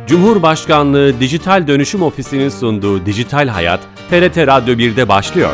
Cumhurbaşkanlığı Dijital Dönüşüm Ofisi'nin sunduğu Dijital Hayat, TRT Radyo 1'de başlıyor.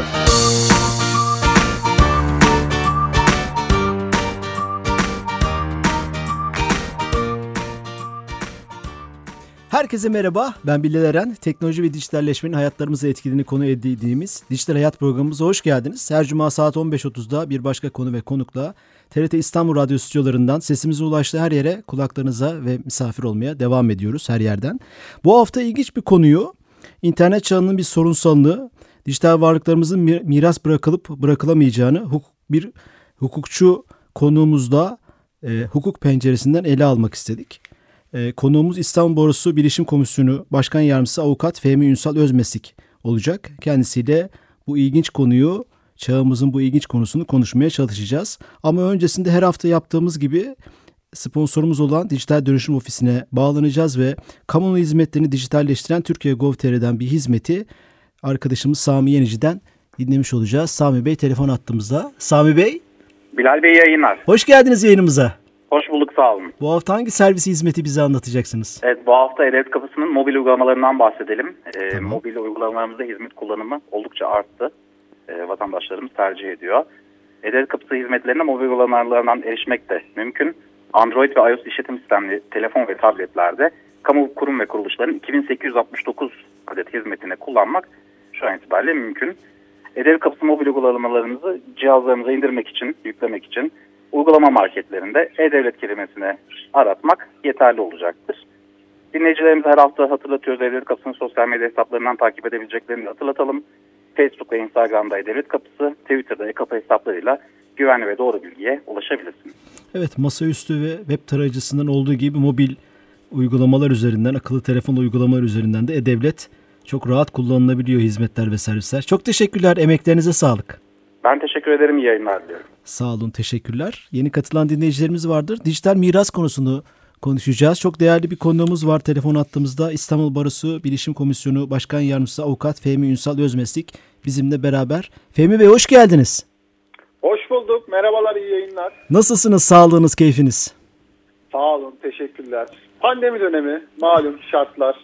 Herkese merhaba, ben Bilal Eren. Teknoloji ve dijitalleşmenin hayatlarımızı etkilediğini konu edindiğimiz Dijital Hayat programımıza hoş geldiniz. Her cuma saat 15.30'da bir başka konu ve konukla TRT İstanbul Radyo stüdyolarından sesimize ulaştığı her yere kulaklarınıza ve misafir olmaya devam ediyoruz her yerden. Bu hafta ilginç bir konuyu, internet çağının bir sorunsallığı, dijital varlıklarımızın miras bırakılıp bırakılamayacağını bir hukukçu konuğumuzla hukuk penceresinden ele almak istedik. Konuğumuz İstanbul Barosu Bilişim Komisyonu Başkan Yardımcısı Avukat Fehmi Ünsal Özmesik olacak. Kendisiyle bu ilginç konuyu, çağımızın bu ilginç konusunu konuşmaya çalışacağız. Ama öncesinde her hafta yaptığımız gibi sponsorumuz olan Dijital Dönüşüm Ofisi'ne bağlanacağız ve kamu hizmetlerini dijitalleştiren Türkiye Gov.tr'den bir hizmeti arkadaşımız Sami Yenici'den dinlemiş olacağız. Sami Bey telefon attığımızda. Sami Bey. Bilal Bey yayınlar. Hoş geldiniz yayınımıza. Hoş bulduk, sağ olun. Bu hafta hangi servisi hizmeti bize anlatacaksınız? Evet, bu hafta E-Devlet Kapısı'nın mobil uygulamalarından bahsedelim. Tamam. Mobil uygulamalarımızda hizmet kullanımı oldukça arttı. Vatandaşlarımız tercih ediyor. E-Devlet Kapısı hizmetlerine mobil uygulamalarından erişmek de mümkün. Android ve iOS işletim sistemli telefon ve tabletlerde kamu kurum ve kuruluşların 2869 adet hizmetini kullanmak şu an itibariyle mümkün. E-Devlet Kapısı mobil uygulamalarımızı cihazlarımıza indirmek için, yüklemek için uygulama marketlerinde E-Devlet kelimesini aratmak yeterli olacaktır. Dinleyicilerimize her hafta hatırlatıyoruz. E-Devlet Kapısı'nın sosyal medya hesaplarından takip edebileceklerini hatırlatalım. Facebook ve Instagram'da E-Devlet Kapısı, Twitter'da e-kapı hesaplarıyla güvenli ve doğru bilgiye ulaşabilirsiniz. Evet, masaüstü ve web tarayıcısından olduğu gibi mobil uygulamalar üzerinden, akıllı telefon uygulamalar üzerinden de E-Devlet çok rahat kullanılabiliyor hizmetler ve servisler. Çok teşekkürler, emeklerinize sağlık. Ben teşekkür ederim, iyi yayınlar diliyorum. Sağ olun, teşekkürler. Yeni katılan dinleyicilerimiz vardır. Dijital miras konusunu konuşacağız. Çok değerli bir konuğumuz var telefon attığımızda. İstanbul Barosu Bilişim Komisyonu Başkan Yardımcısı Avukat Fehmi Ünsal Özmesik bizimle beraber. Fehmi Bey, hoş geldiniz. Hoş bulduk. Merhabalar, iyi yayınlar. Nasılsınız, sağlığınız, keyfiniz? Sağ olun, teşekkürler. Pandemi dönemi, malum şartlar,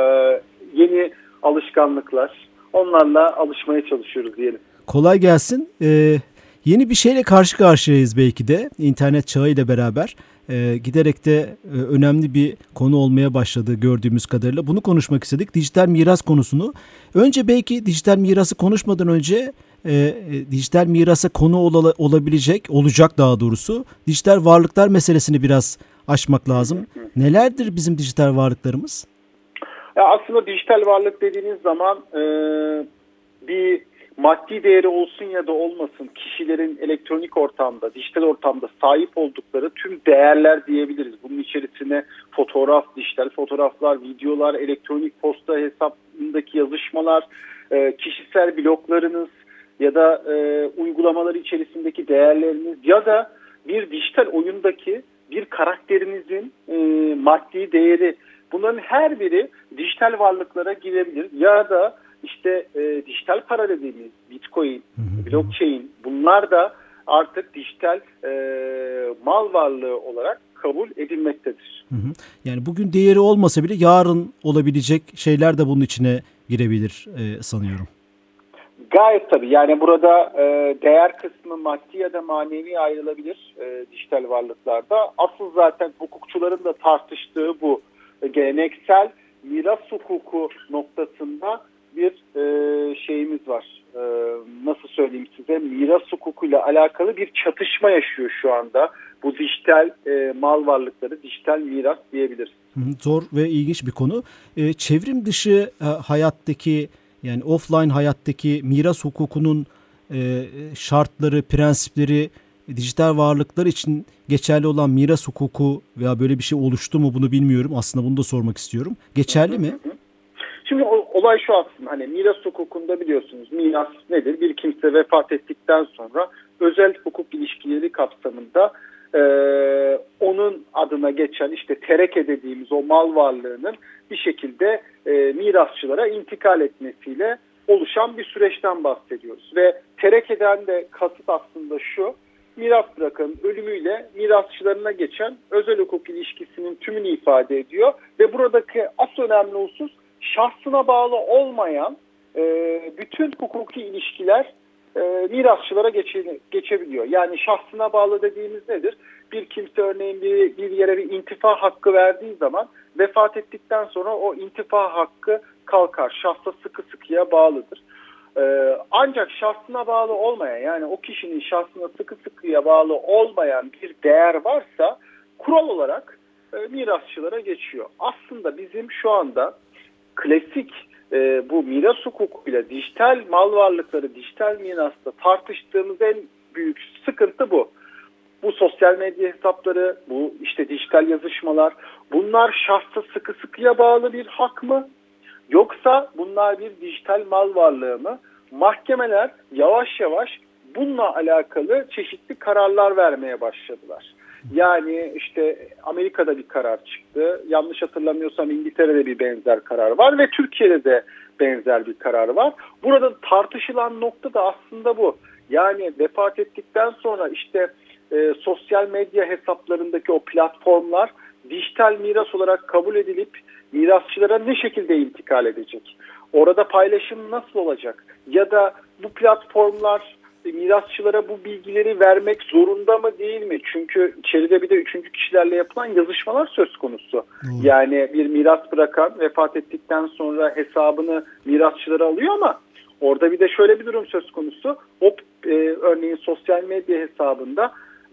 yeni alışkanlıklar. Onlarla alışmaya çalışıyoruz diyelim. Kolay gelsin. Yeni bir şeyle karşı karşıyayız belki de internet çağı ile beraber. Giderek de önemli bir konu olmaya başladı gördüğümüz kadarıyla. Bunu konuşmak istedik. Dijital miras konusunu. Önce belki dijital mirası konuşmadan önce dijital mirasa konu olacak daha doğrusu. Dijital varlıklar meselesini biraz açmak lazım. Nelerdir bizim dijital varlıklarımız? Ya aslında dijital varlık dediğiniz zaman bir maddi değeri olsun ya da olmasın kişilerin elektronik ortamda, dijital ortamda sahip oldukları tüm değerler diyebiliriz. Bunun içerisine fotoğraf, dijital fotoğraflar, videolar, elektronik posta hesabındaki yazışmalar, kişisel bloklarınız ya da uygulamalar içerisindeki değerleriniz ya da bir dijital oyundaki bir karakterinizin maddi değeri, bunların her biri dijital varlıklara girebilir ya da İşte dijital para dediğimiz Bitcoin, blockchain, bunlar da artık dijital mal varlığı olarak kabul edilmektedir. Yani bugün değeri olmasa bile yarın olabilecek şeyler de bunun içine girebilir sanıyorum. Gayet tabii. Yani burada değer kısmı maddi ya da manevi ayrılabilir dijital varlıklarda. Asıl zaten hukukçuların da tartıştığı bu geleneksel miras hukuku noktasında bir şeyimiz var. Nasıl söyleyeyim size? Miras hukukuyla alakalı bir çatışma yaşıyor şu anda. Bu dijital mal varlıkları, dijital miras diyebiliriz. Zor ve ilginç bir konu. Çevrim dışı hayattaki, yani offline hayattaki miras hukukunun şartları, prensipleri dijital varlıklar için geçerli olan miras hukuku veya böyle bir şey oluştu mu bunu bilmiyorum. Aslında bunu da sormak istiyorum. Geçerli mi? Şimdi olay şu aslında, hani miras hukukunda biliyorsunuz miras nedir? Bir kimse vefat ettikten sonra özel hukuk ilişkileri kapsamında onun adına geçen işte tereke dediğimiz o mal varlığının bir şekilde mirasçılara intikal etmesiyle oluşan bir süreçten bahsediyoruz. Ve terekeden de kasıt aslında şu, miras bırakanın ölümüyle mirasçılarına geçen özel hukuk ilişkisinin tümünü ifade ediyor. Ve buradaki asıl önemli husus şahsına bağlı olmayan bütün hukuki ilişkiler mirasçılara geçebiliyor. Yani şahsına bağlı dediğimiz nedir? Bir kimse örneğin bir yere bir intifa hakkı verdiği zaman vefat ettikten sonra o intifa hakkı kalkar. Şahsa sıkı sıkıya bağlıdır. Ancak şahsına bağlı olmayan, yani o kişinin şahsına sıkı sıkıya bağlı olmayan bir değer varsa kural olarak mirasçılara geçiyor. Aslında bizim şu anda klasik bu miras hukukuyla dijital mal varlıkları, dijital mirasta tartıştığımız en büyük sıkıntı bu. Bu sosyal medya hesapları, bu işte dijital yazışmalar, bunlar şahsa sıkı sıkıya bağlı bir hak mı? Yoksa bunlar bir dijital mal varlığı mı? Mahkemeler yavaş yavaş bununla alakalı çeşitli kararlar vermeye başladılar. Yani işte Amerika'da bir karar çıktı. Yanlış hatırlamıyorsam İngiltere'de bir benzer karar var ve Türkiye'de de benzer bir karar var. Burada tartışılan nokta da aslında bu. Yani vefat ettikten sonra işte sosyal medya hesaplarındaki o platformlar dijital miras olarak kabul edilip mirasçılara ne şekilde intikal edecek? Orada paylaşım nasıl olacak? Ya da bu platformlar mirasçılara bu bilgileri vermek zorunda mı değil mi? Çünkü içeride bir de üçüncü kişilerle yapılan yazışmalar söz konusu. Yani bir miras bırakan vefat ettikten sonra hesabını mirasçılara alıyor ama orada bir de şöyle bir durum söz konusu. O örneğin sosyal medya hesabında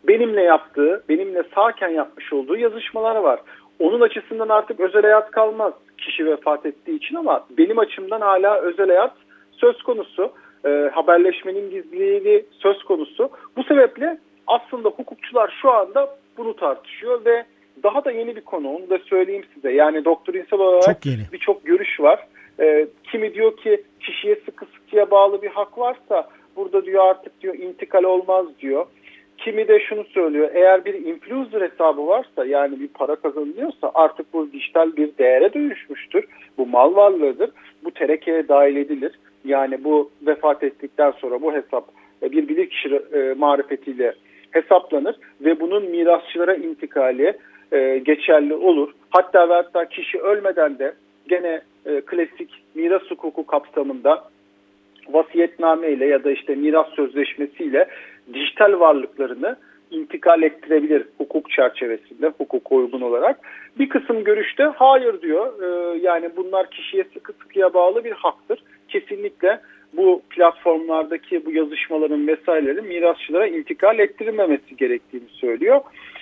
benimle sağken yapmış olduğu yazışmalar var. Onun açısından artık özel hayat kalmaz kişi vefat ettiği için ama benim açımdan hala özel hayat söz konusu. Haberleşmenin gizliliği söz konusu. Bu sebeple aslında hukukçular şu anda bunu tartışıyor ve daha da yeni bir konu, onu da söyleyeyim size. Yani doktrinsel olarak birçok görüş var. Kimi diyor ki kişiye sıkı sıkıya bağlı bir hak varsa burada diyor artık diyor intikal olmaz diyor. Kimi de şunu söylüyor, eğer bir influencer hesabı varsa, yani bir para kazanılıyorsa artık bu dijital bir değere dönüşmüştür. Bu mal varlığıdır. Bu terekeye dahil edilir. Yani bu vefat ettikten sonra bu hesap bir bilirkişi marifetiyle hesaplanır ve bunun mirasçılara intikali geçerli olur. Hatta ve hatta kişi ölmeden de gene klasik miras hukuku kapsamında vasiyetname ile ya da işte miras sözleşmesiyle dijital varlıklarını intikal ettirebilir hukuk çerçevesinde, hukuka uygun olarak. Bir kısım görüşte hayır diyor. Yani bunlar kişiye sıkı sıkıya bağlı bir haktır. Kesinlikle bu platformlardaki bu yazışmaların vesairelerin mirasçılara intikal ettirilmemesi gerektiğini söylüyor.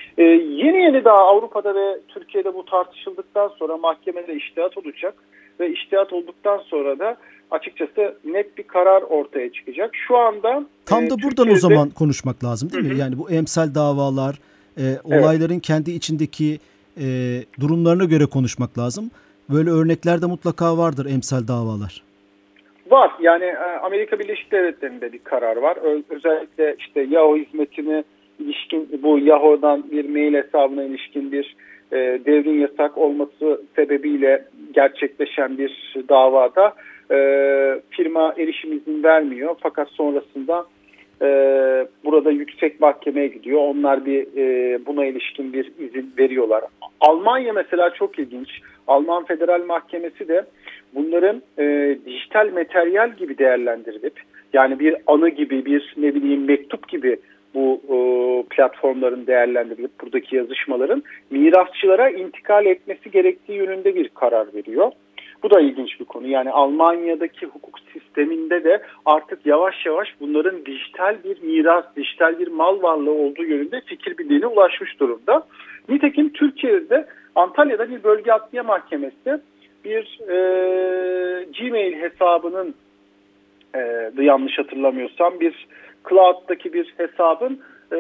Yeni daha Avrupa'da ve Türkiye'de bu tartışıldıktan sonra mahkemede içtihat olacak ve içtihat olduktan sonra da açıkçası net bir karar ortaya çıkacak. Şu anda tam da buradan o zaman konuşmak lazım değil mi? Yani bu emsal davalar, olayların kendi içindeki durumlarına göre konuşmak lazım. Böyle örnekler de mutlaka vardır, emsal davalar. Var. Yani Amerika Birleşik Devletleri'nde bir karar var. Özellikle işte Yahoo hizmetine ilişkin, bu Yahoo'dan bir mail hesabına ilişkin bir devrin yasak olması sebebiyle gerçekleşen bir davada firma erişim izin vermiyor. Fakat sonrasında burada yüksek mahkemeye gidiyor. Onlar buna ilişkin bir izin veriyorlar. Almanya mesela çok ilginç. Alman Federal Mahkemesi de bunların dijital materyal gibi değerlendirilip, yani bir anı gibi, bir mektup gibi bu platformların değerlendirilip buradaki yazışmaların mirasçılara intikal etmesi gerektiği yönünde bir karar veriyor. Bu da ilginç bir konu. Yani Almanya'daki hukuk sisteminde de artık yavaş yavaş bunların dijital bir miras, dijital bir mal varlığı olduğu yönünde fikir birliğine ulaşmış durumda. Nitekim Türkiye'de Antalya'da bir bölge adliye mahkemesi bir Gmail hesabının yanlış hatırlamıyorsam bir cloud'daki bir hesabın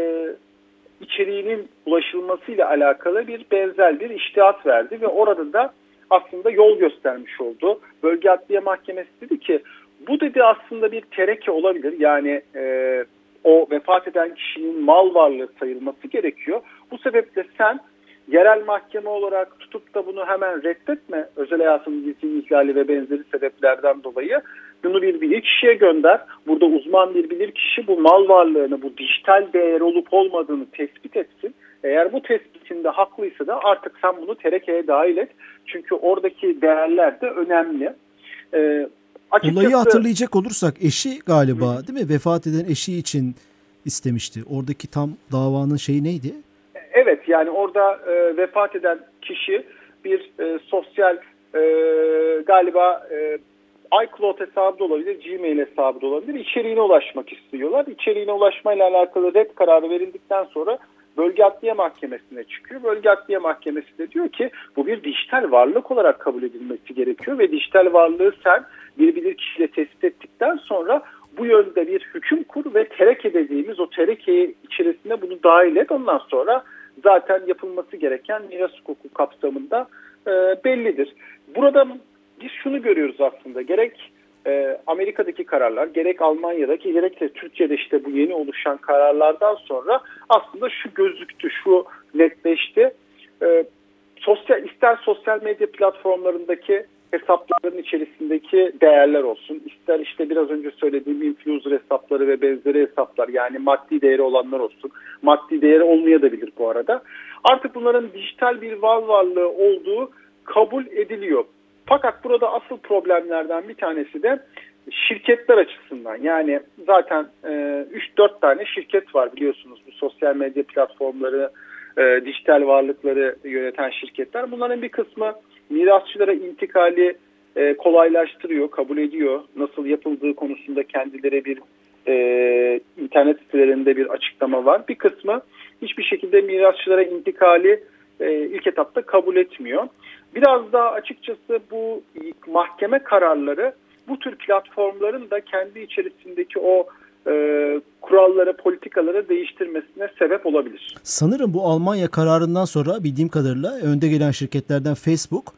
içeriğinin ulaşılmasıyla alakalı bir benzer bir içtihat verdi ve orada da aslında yol göstermiş oldu. Bölge Adliye Mahkemesi dedi ki bu dedi aslında bir tereke olabilir. Yani o vefat eden kişinin mal varlığı sayılması gerekiyor. Bu sebeple sen yerel mahkeme olarak tutup da bunu hemen reddetme. Özel hayatın gizliliği ihlali ve benzeri sebeplerden dolayı Bunu bir bilirkişiye gönder. Burada uzman bir bilirkişi bu mal varlığını, bu dijital değer olup olmadığını tespit etsin. Eğer bu tespitinde haklıysa da artık sen bunu terekeye dahil et. Çünkü oradaki değerler de önemli. Olayı hatırlayacak olursak eşi galiba değil mi? Vefat eden eşi için istemişti. Oradaki tam davanın şeyi neydi? Evet, yani orada vefat eden kişi bir sosyal galiba iCloud hesabı da olabilir, Gmail hesabı da olabilir. İçeriğine ulaşmak istiyorlar. İçeriğine ulaşmayla alakalı red kararı verildikten sonra Bölge Adliye Mahkemesi'ne çıkıyor. Bölge Adliye Mahkemesi de diyor ki bu bir dijital varlık olarak kabul edilmesi gerekiyor ve dijital varlığı sen bir bilirkişiyle tespit ettikten sonra bu yönde bir hüküm kur ve tereke dediğimiz o tereke içerisine bunu dahil et. Ondan sonra zaten yapılması gereken miras hukuku kapsamında bellidir. Burada biz şunu görüyoruz aslında, gerek Amerika'daki kararlar, gerek Almanya'daki, gerek de Türkiye'de işte bu yeni oluşan kararlardan sonra aslında şu gözüktü, şu netleşti. İster sosyal medya platformlarındaki hesapların içerisindeki değerler olsun, ister işte biraz önce söylediğim influencer hesapları ve benzeri hesaplar, yani maddi değeri olanlar olsun, maddi değeri olmayabilir bu arada. Artık bunların dijital bir varlığı olduğu kabul ediliyor. Fakat burada asıl problemlerden bir tanesi de şirketler açısından. Yani zaten 3-4 tane şirket var biliyorsunuz, bu sosyal medya platformları, dijital varlıkları yöneten şirketler. Bunların bir kısmı mirasçılara intikali kolaylaştırıyor, kabul ediyor. Nasıl yapıldığı konusunda kendileri bir internet sitelerinde bir açıklama var. Bir kısmı hiçbir şekilde mirasçılara intikali ilk etapta kabul etmiyor. Biraz daha açıkçası bu mahkeme kararları bu tür platformların da kendi içerisindeki o kuralları, politikaları değiştirmesine sebep olabilir. Sanırım bu Almanya kararından sonra bildiğim kadarıyla önde gelen şirketlerden Facebook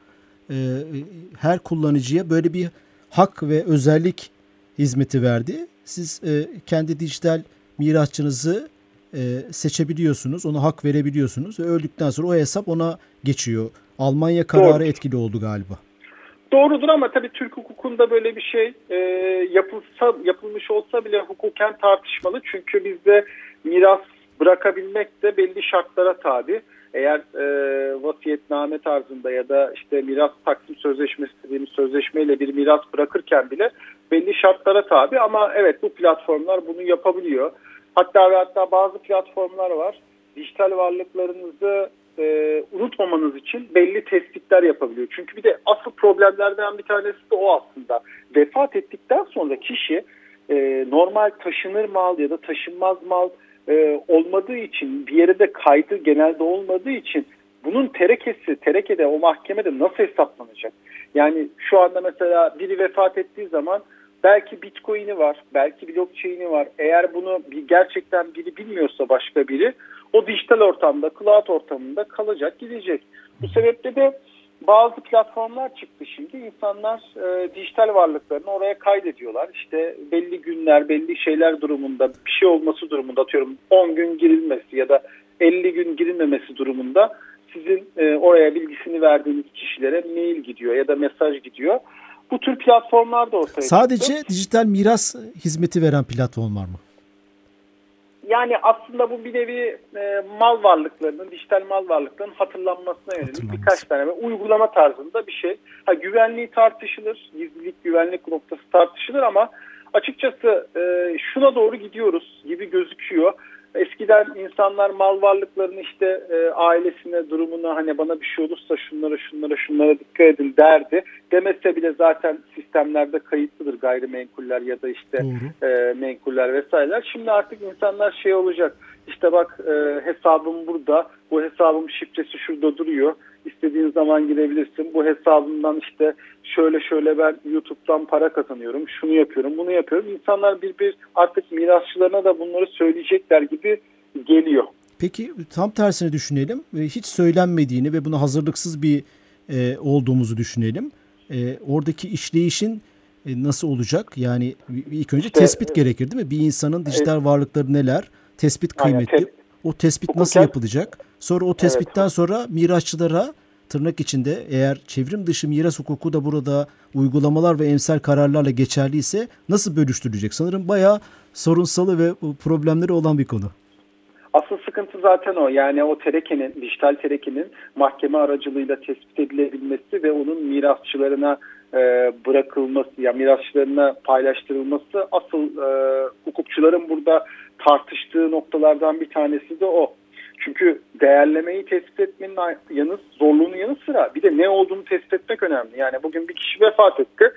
her kullanıcıya böyle bir hak ve özellik hizmeti verdi. Siz kendi dijital mirasçınızı seçebiliyorsunuz, ona hak verebiliyorsunuz ve öldükten sonra o hesap ona geçiyor. Almanya kararı Doğru. Etkili oldu galiba. Doğrudur ama tabii Türk hukukunda böyle bir şey yapılmış olsa bile hukuken tartışmalı. Çünkü bizde miras bırakabilmek de belli şartlara tabi. Eğer vasiyetname tarzında ya da işte miras taksim sözleşmesi dediğimiz sözleşmeyle bir miras bırakırken bile belli şartlara tabi. Ama evet, bu platformlar bunu yapabiliyor. Hatta bazı platformlar var. Dijital varlıklarınızı unutmamanız için belli tespitler yapabiliyor. Çünkü bir de asıl problemlerden bir tanesi de o aslında. Vefat ettikten sonra kişi normal taşınır mal ya da taşınmaz mal olmadığı için, bir yere de kaydı genelde olmadığı için bunun terekede o mahkemede nasıl hesaplanacak? Yani şu anda mesela biri vefat ettiği zaman belki Bitcoin'i var, belki blockchain'i var. Eğer bunu gerçekten biri bilmiyorsa, başka biri, o dijital ortamda, cloud ortamında kalacak, gidecek. Bu sebeple de bazı platformlar çıktı şimdi. İnsanlar dijital varlıklarını oraya kaydediyorlar. İşte belli günler, belli şeyler durumunda, bir şey olması durumunda, atıyorum 10 gün girilmesi ya da 50 gün girilmemesi durumunda sizin oraya bilgisini verdiğiniz kişilere mail gidiyor ya da mesaj gidiyor. Bu tür platformlar da ortaya çıktı. Sadece dijital miras hizmeti veren platformlar mı? Yani aslında bu bir nevi mal varlıklarının, dijital mal varlıklarının hatırlanmasına yönelik birkaç tane uygulama tarzında bir şey. Güvenliği tartışılır, gizlilik, güvenlik noktası tartışılır ama açıkçası şuna doğru gidiyoruz gibi gözüküyor. Eskiden insanlar mal varlıklarını işte ailesine, durumuna, hani bana bir şey olursa şunlara dikkat edin derdi. Demese bile zaten sistemlerde kayıtlıdır gayrimenkuller ya da işte menkuller vesaireler. Şimdi artık insanlar şey olacak. İşte bak hesabım burada, bu hesabım şifresi şurada duruyor. İstediğin zaman girebilirsin. Bu hesabımdan işte şöyle ben YouTube'dan para kazanıyorum. Şunu yapıyorum, bunu yapıyorum. İnsanlar artık mirasçılarına da bunları söyleyecekler gibi geliyor. Peki tam tersini düşünelim. Hiç söylenmediğini ve buna hazırlıksız bir olduğumuzu düşünelim. Oradaki işleyişin nasıl olacak? Yani ilk önce tespit gerekir değil mi? Bir insanın dijital varlıkları neler? Tespit kıymetli. O tespit nasıl yapılacak? Sonra o tespitten sonra mirasçılara tırnak içinde eğer çevrim dışı miras hukuku da burada uygulamalar ve emsal kararlarla geçerliyse nasıl bölüştürülecek? Sanırım bayağı sorunsalı ve problemleri olan bir konu. Asıl sıkıntı zaten o. Yani o terekenin, dijital terekenin mahkeme aracılığıyla tespit edilebilmesi ve onun mirasçılarına bırakılması, yani mirasçılarına paylaştırılması asıl hukukçuların burada tartıştığı noktalardan bir tanesi de o. Çünkü değerlemeyi tespit etmenin zorluğunun yanı sıra bir de ne olduğunu tespit etmek önemli. Yani bugün bir kişi vefat etti.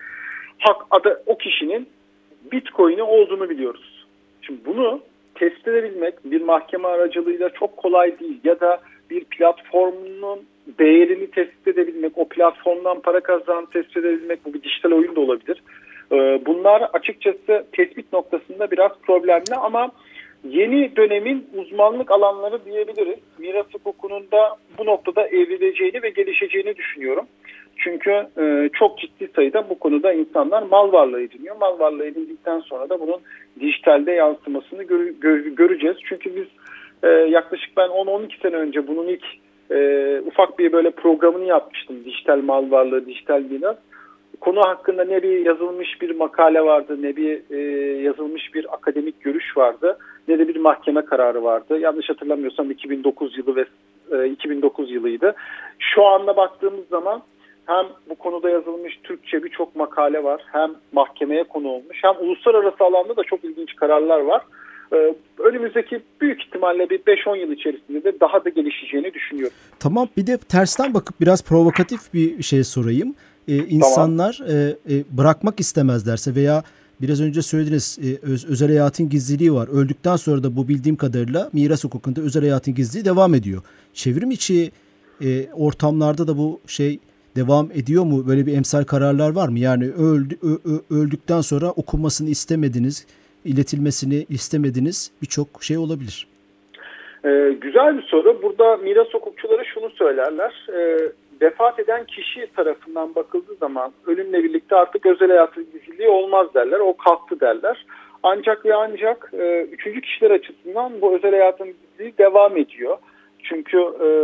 O kişinin Bitcoin'i olduğunu biliyoruz. Şimdi bunu tespit edebilmek bir mahkeme aracılığıyla çok kolay değil, ya da bir platformunun değerini tespit edebilmek, o platformdan para kazandığını tespit edebilmek, bu bir dijital oyun da olabilir. Bunlar açıkçası tespit noktasında biraz problemli ama yeni dönemin uzmanlık alanları diyebiliriz. Miras hukukunun da bu noktada evrileceğini ve gelişeceğini düşünüyorum. Çünkü çok ciddi sayıda bu konuda insanlar mal varlığı ediniyor. Mal varlığı edindikten sonra da bunun dijitalde yansımasını göreceğiz. Çünkü biz yaklaşık ben 10-12 sene önce bunun ilk ufak bir böyle programını yapmıştım. Dijital mal varlığı, dijital miras. Konu hakkında ne bir yazılmış bir makale vardı, ne bir yazılmış bir akademik görüş vardı, ne de bir mahkeme kararı vardı. Yanlış hatırlamıyorsam 2009 yılı ve 2009 yılıydı. Şu anda baktığımız zaman hem bu konuda yazılmış Türkçe birçok makale var, hem mahkemeye konu olmuş, hem uluslararası alanda da çok ilginç kararlar var. Önümüzdeki büyük ihtimalle bir 5-10 yıl içerisinde de daha da gelişeceğini düşünüyorum. Tamam, bir de tersten bakıp biraz provokatif bir şey sorayım. İnsanlar bırakmak istemezlerse veya biraz önce söylediğiniz özel hayatın gizliliği var. Öldükten sonra da bu bildiğim kadarıyla miras hukukunda özel hayatın gizliliği devam ediyor. Çevrim içi ortamlarda da bu şey devam ediyor mu? Böyle bir emsal kararlar var mı? Yani öldükten sonra okunmasını istemediniz, iletilmesini istemediniz, birçok şey olabilir. Güzel bir soru. Burada miras hukukçuları şunu söylerler. Vefat eden kişi tarafından bakıldığı zaman ölümle birlikte artık özel hayatın gizliliği olmaz derler. O kalktı derler. Ancak ve ancak üçüncü kişiler açısından bu özel hayatın gizliliği devam ediyor. Çünkü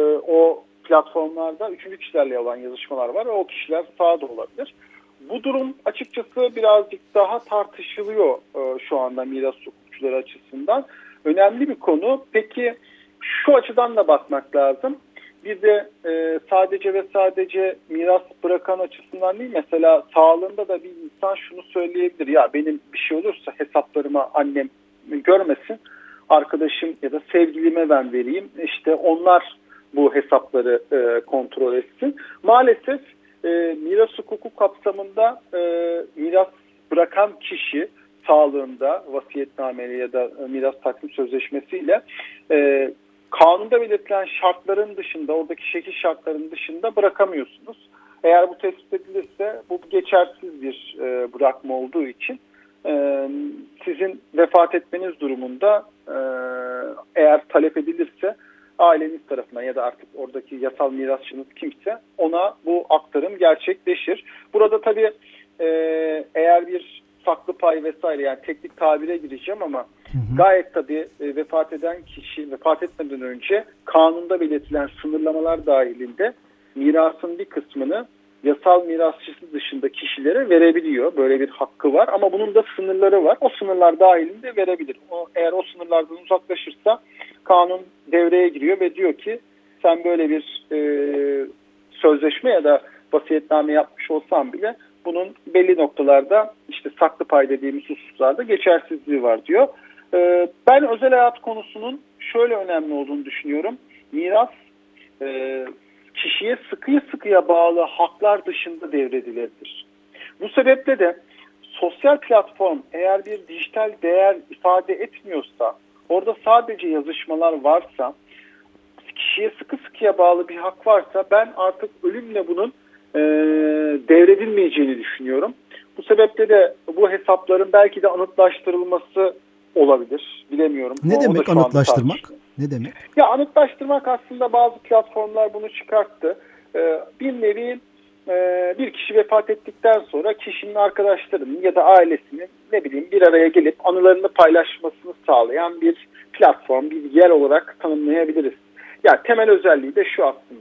o platformlarda üçüncü kişilerle olan yazışmalar var ve o kişiler sağda olabilir. Bu durum açıkçası birazcık daha tartışılıyor şu anda miras hukukçuları açısından. Önemli bir konu. Peki şu açıdan da bakmak lazım. Bir de sadece ve sadece miras bırakan açısından değil, mesela sağlığında da bir insan şunu söyleyebilir. Ya benim bir şey olursa hesaplarıma annem görmesin, arkadaşım ya da sevgilime ben vereyim. İşte onlar bu hesapları kontrol etsin. Maalesef miras hukuku kapsamında miras bırakan kişi sağlığında vasiyetnameyle ya da miras taksim sözleşmesiyle kanunda belirtilen şartların dışında, oradaki şekil şartlarının dışında bırakamıyorsunuz. Eğer bu tespit edilirse bu geçersiz bir bırakma olduğu için sizin vefat etmeniz durumunda eğer talep edilirse aileniz tarafından ya da artık oradaki yasal mirasçınız kimse ona bu aktarım gerçekleşir. Burada tabii eğer bir saklı pay vesaire, yani teknik tabire gireceğim ama gayet tabii vefat eden kişi vefat etmeden önce kanunda belirtilen sınırlamalar dahilinde mirasın bir kısmını yasal mirasçısı dışında kişilere verebiliyor. Böyle bir hakkı var ama bunun da sınırları var. O sınırlar dahilinde verebilir. Eğer o sınırlardan uzaklaşırsa kanun devreye giriyor ve diyor ki sen böyle bir sözleşme ya da vasiyetname yapmış olsan bile bunun belli noktalarda işte saklı pay dediğimiz hususlarda geçersizliği var diyor. Ben özel hayat konusunun şöyle önemli olduğunu düşünüyorum. Miras kişiye sıkıya bağlı haklar dışında devredilebilir. Bu sebeple de sosyal platform eğer bir dijital değer ifade etmiyorsa, orada sadece yazışmalar varsa, kişiye sıkıya bağlı bir hak varsa ben artık ölümle bunun devredilmeyeceğini düşünüyorum. Bu sebeple de bu hesapların belki de anıtlaştırılması olabilir. Bilemiyorum. Ne demek anıtlaştırmak? Ne demek? Ya anıtlaştırmak aslında bazı platformlar bunu çıkarttı. Bir nevi bir kişi vefat ettikten sonra kişinin arkadaşlarının ya da ailesinin bir araya gelip anılarını paylaşmasını sağlayan bir platform, bir yer olarak tanımlayabiliriz. Ya temel özelliği de şu aslında.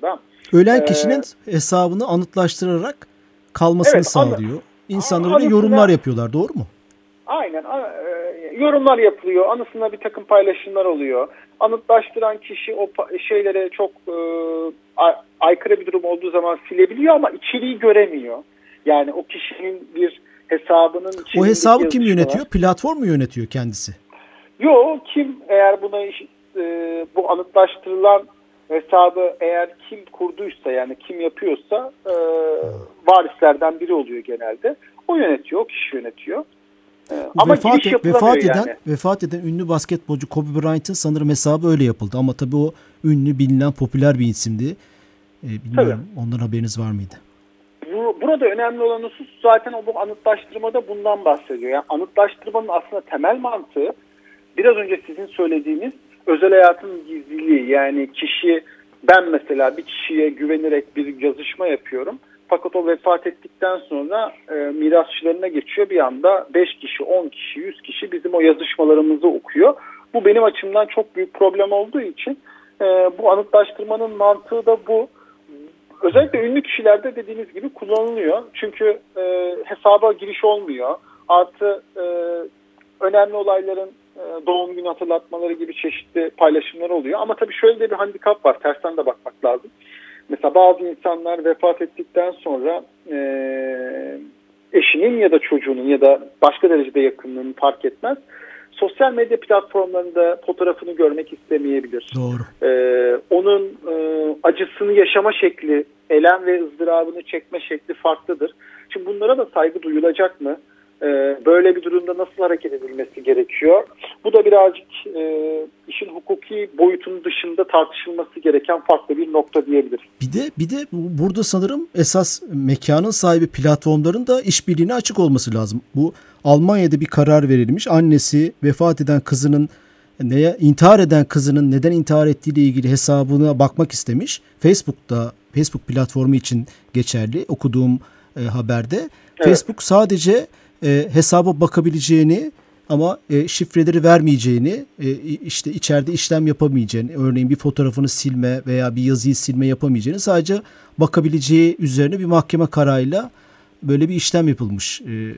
Ölen kişinin hesabını anıtlaştırarak kalmasını sağlıyor. İnsanlar öyle yorumlar yapıyorlar, doğru mu? Aynen. Yorumlar yapılıyor. Anısına bir takım paylaşımlar oluyor. Anıtlaştıran kişi o şeylere çok aykırı bir durum olduğu zaman silebiliyor ama içeriği göremiyor. Yani o kişinin bir hesabının içeriğindeki o hesabı kim yazışmalar... yönetiyor? Platform mu yönetiyor kendisi? Yok, kim eğer buna bu anıtlaştırılan hesabı eğer kim kurduysa, yani kim yapıyorsa varislerden biri oluyor genelde. O yönetiyor, o kişi yönetiyor. Ama vefat eden ünlü basketbolcu Kobe Bryant'ın sanırım hesabı öyle yapıldı. Ama tabii o ünlü, bilinen, popüler bir isimdi. Bilmiyorum, ondan haberiniz var mıydı? Burada önemli olan husus zaten bu anıtlaştırmada bundan bahsediyor. Yani anıtlaştırmanın aslında temel mantığı biraz önce sizin söylediğiniz özel hayatın gizliliği. Yani ben mesela bir kişiye güvenerek bir yazışma yapıyorum. Fakat o vefat ettikten sonra mirasçılarına geçiyor. Bir anda 5 kişi, 10 kişi, 100 kişi bizim o yazışmalarımızı okuyor. Bu benim açımdan çok büyük problem olduğu için bu anıtlaştırmanın mantığı da bu. Özellikle ünlü kişilerde dediğiniz gibi kullanılıyor. Çünkü hesaba giriş olmuyor. Artı önemli olayların doğum günü hatırlatmaları gibi çeşitli paylaşımlar oluyor. Ama tabii şöyle de bir handikap var. Tersten de bakmak lazım. Mesela bazı insanlar vefat ettikten sonra eşinin ya da çocuğunun ya da başka derecede yakınlığını fark etmez. Sosyal medya platformlarında fotoğrafını görmek istemeyebilir. Doğru. Onun acısını yaşama şekli, elem ve ızdırabını çekme şekli farklıdır. Şimdi bunlara da saygı duyulacak mı? Böyle bir durumda nasıl hareket edilmesi gerekiyor? Bu da birazcık işin hukuki boyutunun dışında tartışılması gereken farklı bir nokta diyebiliriz. Bir de burada sanırım esas mekanın sahibi platformların da işbirliğine açık olması lazım. Bu Almanya'da bir karar verilmiş. Annesi vefat eden kızının intihar eden kızının neden intihar ettiğiyle ilgili hesabına bakmak istemiş. Facebook platformu için geçerli okuduğum haberde. Evet. Facebook sadece hesaba bakabileceğini ama şifreleri vermeyeceğini, işte içeride işlem yapamayacağını, örneğin bir fotoğrafını silme veya bir yazıyı silme yapamayacağını, sadece bakabileceği üzerine bir mahkeme kararıyla böyle bir işlem yapılmış.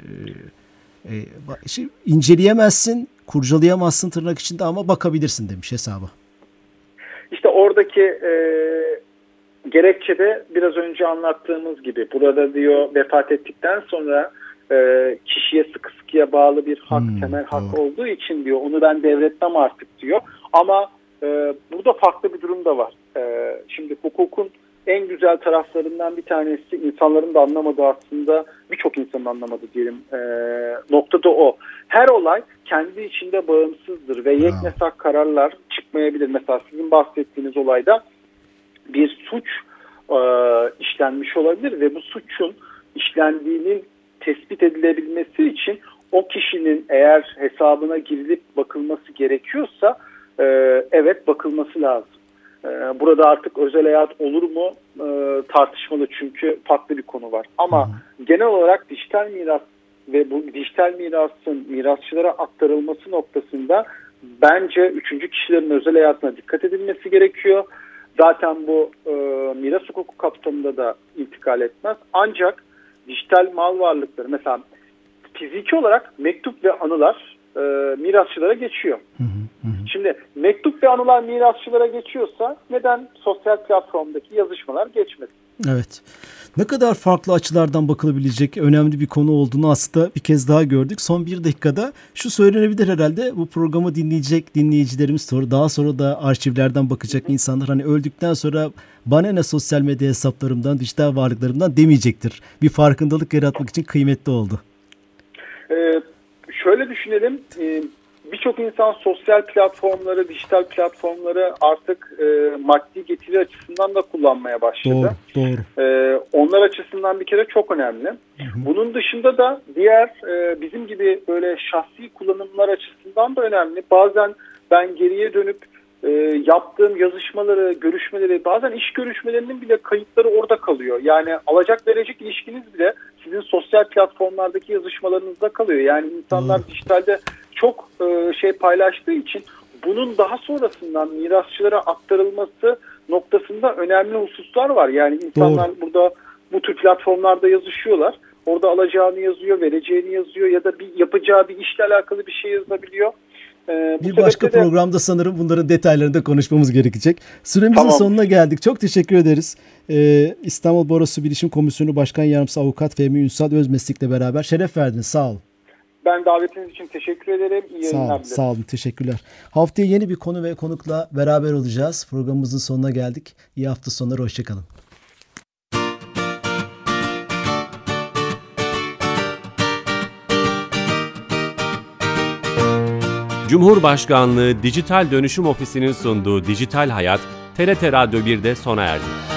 İnceleyemezsin, kurcalayamazsın tırnak içinde ama bakabilirsin demiş hesaba. İşte oradaki gerekçede biraz önce anlattığımız gibi, burada diyor vefat ettikten sonra kişiye sıkı sıkıya bağlı bir hak, temel hak olduğu için diyor onu ben devretmem artık diyor. Ama burada farklı bir durum da var. Şimdi hukukun en güzel taraflarından bir tanesi, insanların da anlamadığı, aslında birçok insanın anlamadığı diyelim nokta da o. Her olay kendi içinde bağımsızdır ve yeknesak kararlar çıkmayabilir. Mesela sizin bahsettiğiniz olayda bir suç işlenmiş olabilir ve bu suçun işlendiğinin tespit edilebilmesi için o kişinin eğer hesabına girilip bakılması gerekiyorsa evet bakılması lazım. Burada artık özel hayat olur mu tartışmalı, çünkü farklı bir konu var. Ama genel olarak dijital miras ve bu dijital mirasın mirasçılara aktarılması noktasında bence üçüncü kişilerin özel hayatına dikkat edilmesi gerekiyor. Zaten bu miras hukuku kapsamında da intikal etmez. Ancak dijital mal varlıkları, mesela fiziki olarak mektup ve anılar mirasçılara geçiyor. Şimdi mektup ve anılar mirasçılara geçiyorsa neden sosyal platformdaki yazışmalar geçmedi? Evet. Ne kadar farklı açılardan bakılabilecek önemli bir konu olduğunu aslında bir kez daha gördük. Son bir dakikada şu söylenebilir herhalde: bu programı dinleyecek dinleyicilerimiz, daha sonra da arşivlerden bakacak insanlar, hani öldükten sonra bana ne sosyal medya hesaplarımdan, dijital varlıklarımdan demeyecektir. Bir farkındalık yaratmak için kıymetli oldu. Şöyle düşünelim. Birçok insan sosyal platformları, dijital platformları artık maddi getiri açısından da kullanmaya başladı. Doğru. Onlar açısından bir kere çok önemli. Bunun dışında da diğer bizim gibi böyle şahsi kullanımlar açısından da önemli. Bazen ben geriye dönüp yaptığım yazışmaları, görüşmeleri, bazen iş görüşmelerinin bile kayıtları orada kalıyor. Yani alacak verecek ilişkiniz bile sizin sosyal platformlardaki yazışmalarınızda kalıyor. Yani insanlar dijitalde çok şey paylaştığı için bunun daha sonrasından mirasçılara aktarılması noktasında önemli hususlar var. Yani insanlar burada bu tür platformlarda yazışıyorlar. Orada alacağını yazıyor, vereceğini yazıyor ya da bir yapacağı bir işle alakalı bir şey yazabiliyor. Bir başka programda sanırım bunların detaylarını da konuşmamız gerekecek. Süremizin sonuna geldik. Çok teşekkür ederiz. İstanbul Barosu Bilişim Komisyonu Başkan Yardımcısı Avukat Fehmi Ünsal Özmeslik'le beraber şeref verdiniz. Sağ olun. Ben davetiniz için teşekkür ederim. İyi yayınlar dilerim. Sağ olun. Teşekkürler. Haftaya yeni bir konu ve konukla beraber olacağız. Programımızın sonuna geldik. İyi hafta sonları. Hoşçakalın. Cumhurbaşkanlığı Dijital Dönüşüm Ofisi'nin sunduğu Dijital Hayat, TRT Radyo 1'de sona erdi.